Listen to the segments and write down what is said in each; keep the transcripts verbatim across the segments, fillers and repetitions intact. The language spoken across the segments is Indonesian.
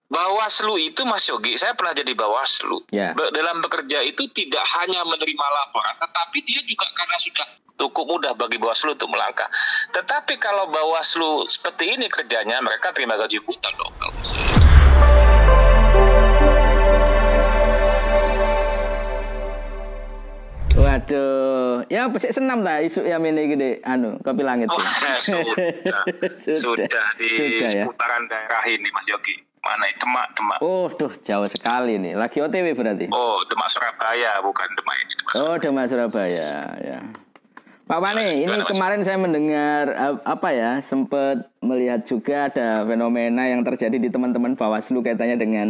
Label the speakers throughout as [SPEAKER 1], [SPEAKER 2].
[SPEAKER 1] Bawaslu itu Mas Yogi, saya pernah jadi Bawaslu.
[SPEAKER 2] Ya.
[SPEAKER 1] Be- dalam bekerja itu tidak hanya menerima laporan, tetapi dia juga karena sudah cukup mudah bagi Bawaslu untuk melangkah. Tetapi kalau Bawaslu seperti ini kerjanya, mereka terima gaji buta dong kalau saya.
[SPEAKER 2] Waduh, ya pesik senam ta isu yang ini gede, anu kopi langit.
[SPEAKER 1] Oh, eh, sudah, sudah, sudah di
[SPEAKER 2] sudah, ya?
[SPEAKER 1] seputaran daerah ini Mas Yogi. Mana itu Demak, Demak.
[SPEAKER 2] Oh, tuh jauh sekali nih. Lagi O T W berarti?
[SPEAKER 1] Oh, Demak Surabaya, bukan Demak ini. Demak
[SPEAKER 2] oh, Demak Surabaya, ya. Pak Pani, ini kemarin saya mendengar apa ya, sempat melihat juga ada fenomena yang terjadi di teman-teman Bawaslu kaitannya dengan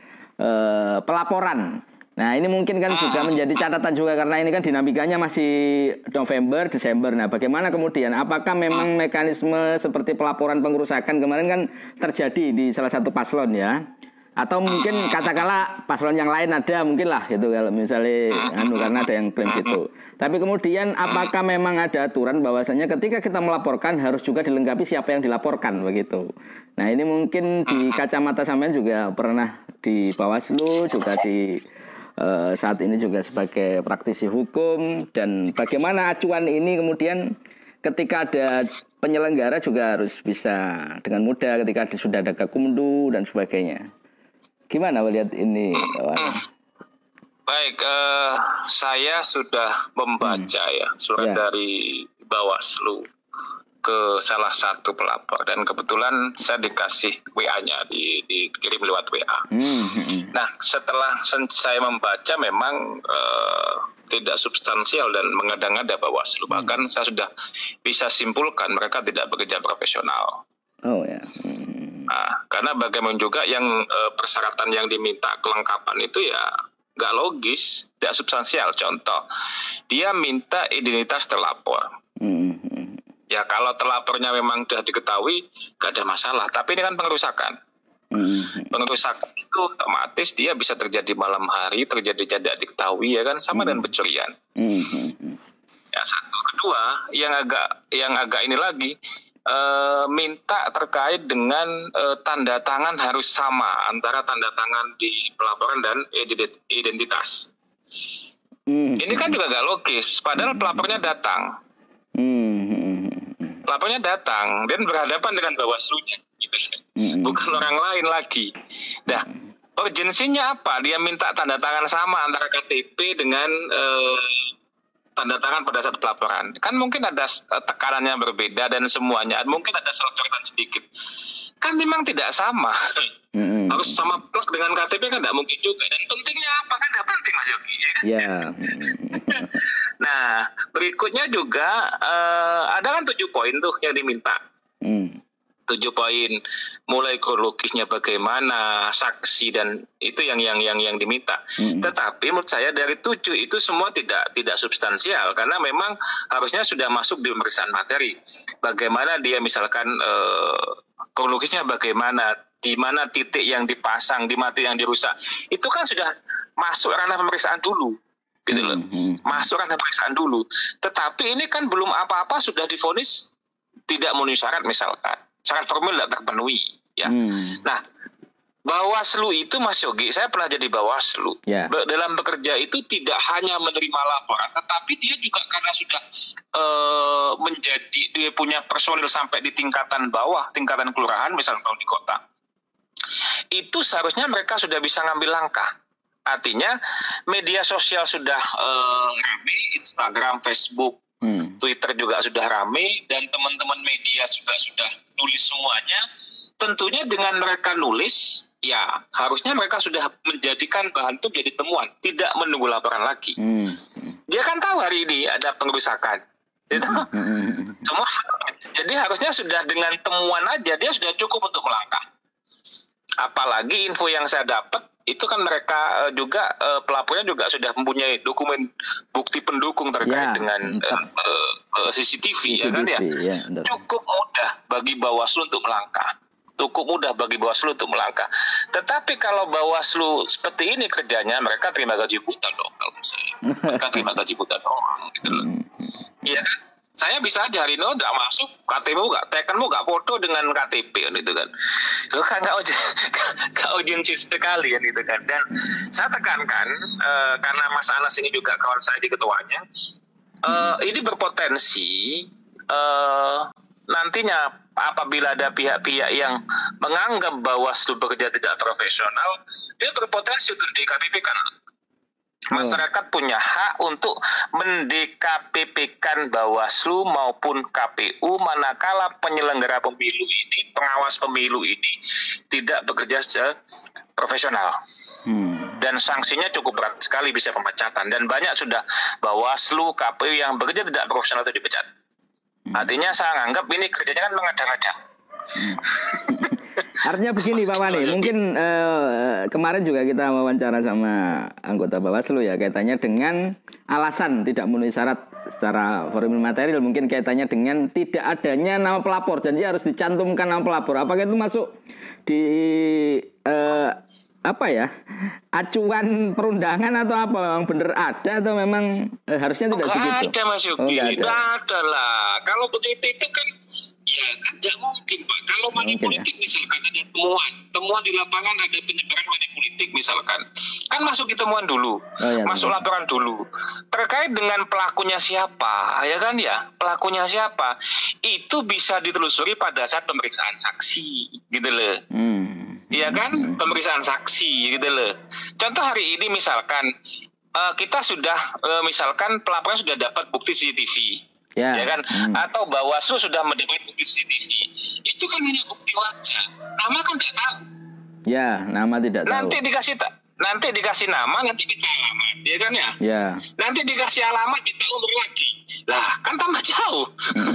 [SPEAKER 2] uh, pelaporan. Nah, ini mungkin kan juga menjadi catatan juga karena ini kan dinamikanya masih November, Desember. Nah, bagaimana kemudian? Apakah memang mekanisme seperti pelaporan pengerusakan kemarin kan terjadi di salah satu paslon ya? Atau mungkin katakanlah paslon yang lain ada mungkin lah gitu kalau misalnya anu karena ada yang klaim gitu. Tapi kemudian apakah memang ada aturan bahwasanya ketika kita melaporkan harus juga dilengkapi siapa yang dilaporkan begitu. Nah, ini mungkin di kacamata sampean juga pernah di Bawaslu juga di Uh, saat ini juga sebagai praktisi hukum, dan bagaimana acuan ini kemudian ketika ada penyelenggara juga harus bisa dengan mudah ketika sudah ada gakumdu dan sebagainya. Gimana melihat ini? Hmm.
[SPEAKER 1] Baik, uh, saya sudah membaca hmm. ya surat ya. dari Bawaslu ke salah satu pelapor dan kebetulan saya dikasih W A-nya di, dikirim lewat W A. Mm-hmm. Nah, setelah saya membaca memang uh, tidak substansial dan mengada-ngada Bawaslu. Mm. Bahkan saya sudah bisa simpulkan mereka tidak bekerja profesional.
[SPEAKER 2] Oh ya. Mm.
[SPEAKER 1] Nah, karena bagaimana juga yang uh, persyaratan yang diminta kelengkapan itu ya nggak logis, tidak substansial. Contoh, dia minta identitas terlapor. Mm. Ya kalau terlapornya memang sudah diketahui gak ada masalah. Tapi ini kan pengerusakan. Mm-hmm. Pengerusakan itu otomatis dia bisa terjadi malam hari, terjadi tidak diketahui ya kan, sama mm-hmm. dengan pencurian. Mm-hmm. Ya satu. Kedua, yang agak yang agak ini lagi uh, minta terkait dengan uh, tanda tangan harus sama antara tanda tangan di pelaporan dan identitas. Mm-hmm. Ini kan juga gak logis. Padahal pelapornya datang. Mm-hmm. Lapornya datang dan berhadapan dengan Bawaslu-nya, gitu. Mm-hmm. Bukan orang lain lagi. Nah, urgensinya apa? Dia minta tanda tangan sama antara K T P dengan eh, tanda tangan pada saat pelaporan. Kan mungkin ada tekanannya berbeda dan semuanya. Mungkin ada selok-coretan sedikit. Kan memang tidak sama. Mm-hmm. Harus sama plak dengan K T P kan tidak mungkin juga. Dan pentingnya apa? Kan tidak penting Mas Yogi, ya kan?
[SPEAKER 2] Yeah.
[SPEAKER 1] Nah, berikutnya juga uh, ada kan tujuh poin tuh yang diminta. Mm. Tujuh poin, mulai kronologisnya bagaimana, saksi dan itu yang yang yang yang diminta. Mm. Tetapi menurut saya dari tujuh itu semua tidak tidak substansial karena memang harusnya sudah masuk di pemeriksaan materi. Bagaimana dia misalkan uh, kronologisnya bagaimana, di mana titik yang dipasang, di mana yang dirusak, itu kan sudah masuk ranah pemeriksaan dulu. Gitu loh, mm-hmm. masuk ranah pemeriksaan dulu. Tetapi ini kan belum apa-apa sudah divonis tidak memenuhi syarat misalkan. Syarat formil tidak terpenuhi. Ya. Mm. Nah, Bawaslu itu Mas Yogi, saya pernah jadi Bawaslu. Yeah. Be- dalam bekerja itu tidak hanya menerima laporan, tetapi dia juga karena sudah uh, menjadi, dia punya personil sampai di tingkatan bawah, tingkatan kelurahan misalnya kalau di kota. Itu seharusnya mereka sudah bisa ngambil langkah. Artinya media sosial sudah uh, ramai, Instagram, Facebook, hmm. Twitter juga sudah ramai, dan teman-teman media juga sudah nulis semuanya. Tentunya dengan mereka nulis, ya harusnya mereka sudah menjadikan bahan itu menjadi temuan, tidak menunggu laporan lagi. Hmm. Dia kan tahu hari ini ada pengerusakan. Gitu? Hmm. Semua, jadi harusnya sudah dengan temuan aja dia sudah cukup untuk melangkah. Apalagi info yang saya dapat itu kan mereka uh, juga uh, pelapornya juga sudah mempunyai dokumen bukti pendukung terkait ya, dengan uh, uh, C C T V, C C T V ya kan ya, ya cukup mudah bagi Bawaslu untuk melangkah, cukup mudah bagi Bawaslu untuk melangkah. Tetapi kalau Bawaslu seperti ini kerjanya, mereka terima gaji buta dong kalau saya, mereka terima gaji buta doang gitu loh, iya kan? Saya bisa aja hari ini nggak masuk, K T P-mu nggak, tekanmu nggak foto dengan K T P kan itu kan. Lo kan nggak ojek, nggak urgensi sekali ya gitu kan. Dan saya tekankan uh, karena Mas Anas ini juga kawan saya di ketuanya, uh, ini berpotensi uh, nantinya apabila ada pihak-pihak yang menganggap Bawaslu bekerja tidak profesional, dia berpotensi untuk di K P P-kan. Masyarakat punya hak untuk mend-K P P-kan Bawaslu maupun K P U manakala penyelenggara pemilu ini, pengawas pemilu ini tidak bekerja secara profesional. Hmm. Dan sanksinya cukup berat sekali, bisa pemecatan. Dan banyak sudah Bawaslu, K P U yang bekerja tidak profesional itu dipecat. Hmm. Artinya saya anggap ini kerjanya kan mengada-ngada. Hmm.
[SPEAKER 2] Artinya begini Pak Wani, mungkin eh, kemarin juga kita wawancara sama anggota Bawaslu ya, kaitannya dengan alasan tidak memenuhi syarat secara formil material, mungkin kaitannya dengan tidak adanya nama pelapor, jadi harus dicantumkan nama pelapor. Apakah itu masuk di eh, apa ya, acuan perundangan atau apa? Memang benar ada atau memang eh, harusnya tidak
[SPEAKER 1] oh,
[SPEAKER 2] begitu?
[SPEAKER 1] Ada Mas Yogi, oh, tidak ada lah. Kalau begitu itu kan ya kan tidak mungkin Pak. Kalau money politik ya. Misalkan ada temuan, temuan di lapangan ada penyebaran money politik misalkan, kan masuk di temuan dulu, oh, ya, masuk betul. Laporan dulu. Terkait dengan pelakunya siapa, ya kan ya, pelakunya siapa, itu bisa ditelusuri pada saat pemeriksaan saksi, gitu loh. Hmm. Iya kan, hmm. pemeriksaan saksi, gitu loh. Contoh hari ini misalkan uh, kita sudah uh, misalkan pelaporan sudah dapat bukti C C T V. Ya, ya kan, hmm. atau Bawaslu sudah mendapat bukti C C T V, itu kan hanya bukti wajah, nama kan tidak tahu.
[SPEAKER 2] Ya, nama tidak tahu.
[SPEAKER 1] Nanti dikasih tak, nanti dikasih nama, nanti minta alamat, ya kan ya.
[SPEAKER 2] Ya.
[SPEAKER 1] Nanti dikasih alamat, minta umur lagi, lah kan tambah jauh.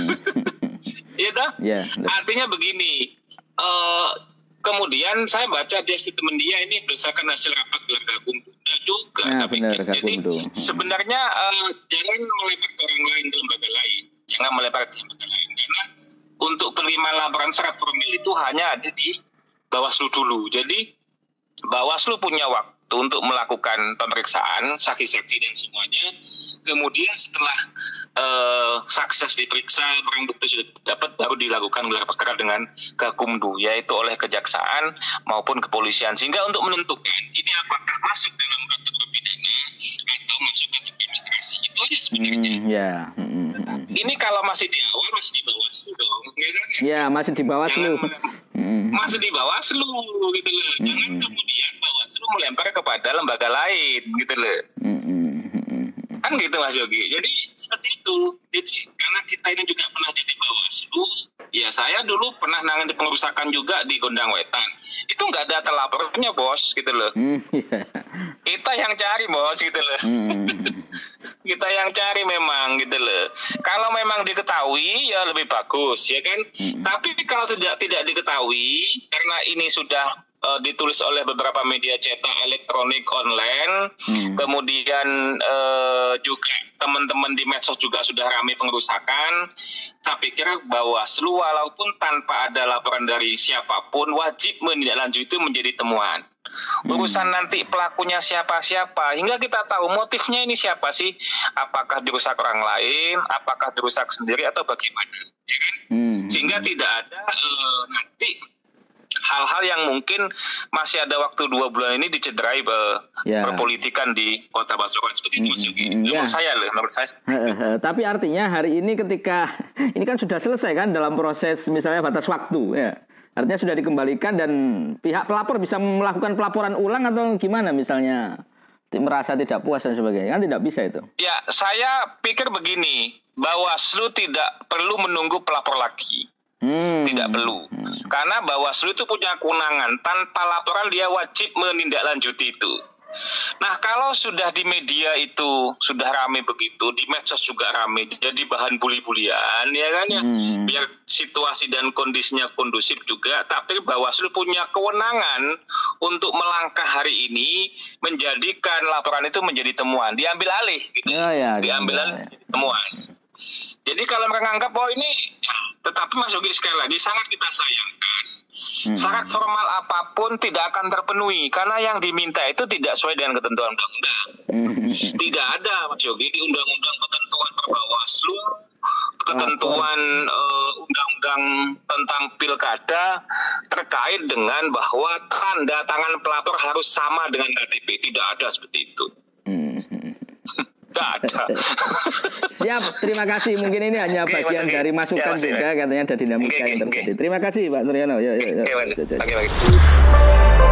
[SPEAKER 1] Iya dah. Ya, artinya begini. Uh, kemudian saya baca di statement dia ini berdasarkan hasil rapat gelar Gakumdu juga. Ya, saya benar, pikir. Jadi hmm. sebenarnya uh, jangan melempar ke orang lain, ke lembaga lain. Jangan melempar ke lembaga lain. Karena untuk penerimaan laporan syarat formil itu hanya ada di Bawaslu dulu. Jadi Bawaslu punya waktu untuk melakukan pemeriksaan saksi-saksi dan semuanya. Kemudian setelah uh, saksi diperiksa, barang bukti sudah dapat, baru dilakukan gelar perkara dengan Gakumdu, yaitu oleh kejaksaan maupun kepolisian. Sehingga untuk menentukan ini apakah masuk dalam kategori pidana atau masuk kategori administrasi, itu aja sebenarnya.
[SPEAKER 2] Hmm, yeah. hmm,
[SPEAKER 1] hmm. Ini kalau masih di awal masih di Bawaslu dong, ya kan?
[SPEAKER 2] Ya, masih di Bawaslu.
[SPEAKER 1] Hmm. Masih di Bawaslu gitu loh. Hmm. Jangan kemudian Bawaslu melempar kepada lembaga lain gitu loh. Hmm. Kan gitu Mas Yogi. Jadi seperti itu. Jadi karena kita ini juga pernah jadi Bawaslu, ya saya dulu pernah nangani pengerusakan juga di Gondang Wetan. Itu nggak ada telapornya bos gitu loh. Hmm. Kita yang cari bos gitu loh. Hmm. Kita yang cari memang gitu loh. Kalau memang diketahui ya lebih bagus ya kan. Hmm. Tapi kalau tidak tidak diketahui karena ini sudah uh, ditulis oleh beberapa media cetak elektronik online, hmm. kemudian uh, juga teman-teman di medsos juga sudah ramai pengerusakan. Saya pikir Bawaslu walaupun tanpa ada laporan dari siapapun wajib menindaklanjuti itu menjadi temuan. Urusan hmm. nanti pelakunya siapa-siapa hingga kita tahu motifnya ini siapa sih, apakah dirusak orang lain, apakah dirusak sendiri atau bagaimana, ya kan? Hmm. Sehingga tidak ada uh, nanti hal-hal yang mungkin masih ada waktu dua bulan ini dicederai uh, ya. perpolitikan di Kota Pasuruan seperti itu, Mas Yogi. Hmm. Menurut ya. saya loh, menurut saya.
[SPEAKER 2] Tapi artinya hari ini ketika ini kan sudah selesai kan dalam proses misalnya batas waktu, ya. Artinya sudah dikembalikan dan pihak pelapor bisa melakukan pelaporan ulang atau gimana misalnya merasa tidak puas dan sebagainya, kan tidak bisa itu.
[SPEAKER 1] Ya, saya pikir begini, Bawaslu tidak perlu menunggu pelapor lagi. Hmm. Tidak perlu. Hmm. Karena Bawaslu itu punya kewenangan, tanpa laporan dia wajib menindaklanjuti itu. Nah, kalau sudah di media itu sudah ramai begitu, di medsos juga ramai, jadi bahan buli-bulian, ya kan ya, hmm. biar situasi dan kondisinya kondusif juga. Tapi Bawaslu punya kewenangan untuk melangkah hari ini, menjadikan laporan itu menjadi temuan, diambil alih, gitu.
[SPEAKER 2] Oh, ya,
[SPEAKER 1] diambil ya, alih ya. Menjadi temuan. Jadi kalau mereka anggap bahwa ini, ya, tetapi Mas Yogi sekali lagi sangat kita sayangkan. Hmm. Syarat formal apapun tidak akan terpenuhi karena yang diminta itu tidak sesuai dengan ketentuan undang-undang. Hmm. Tidak ada Mas Yogi di undang-undang ketentuan per Bawaslu ketentuan uh, undang-undang tentang pilkada terkait dengan bahwa tanda tangan pelapor harus sama dengan K T P. Tidak ada seperti itu. Hmm. Tidak ada.
[SPEAKER 2] Siap, terima kasih. Mungkin ini hanya okay, bagian dari masukan ya, juga, katanya ada dinamika okay, yang terjadi. Okay. Terima kasih Pak Suryono. Yo, yo, yo. Okay, okay, okay.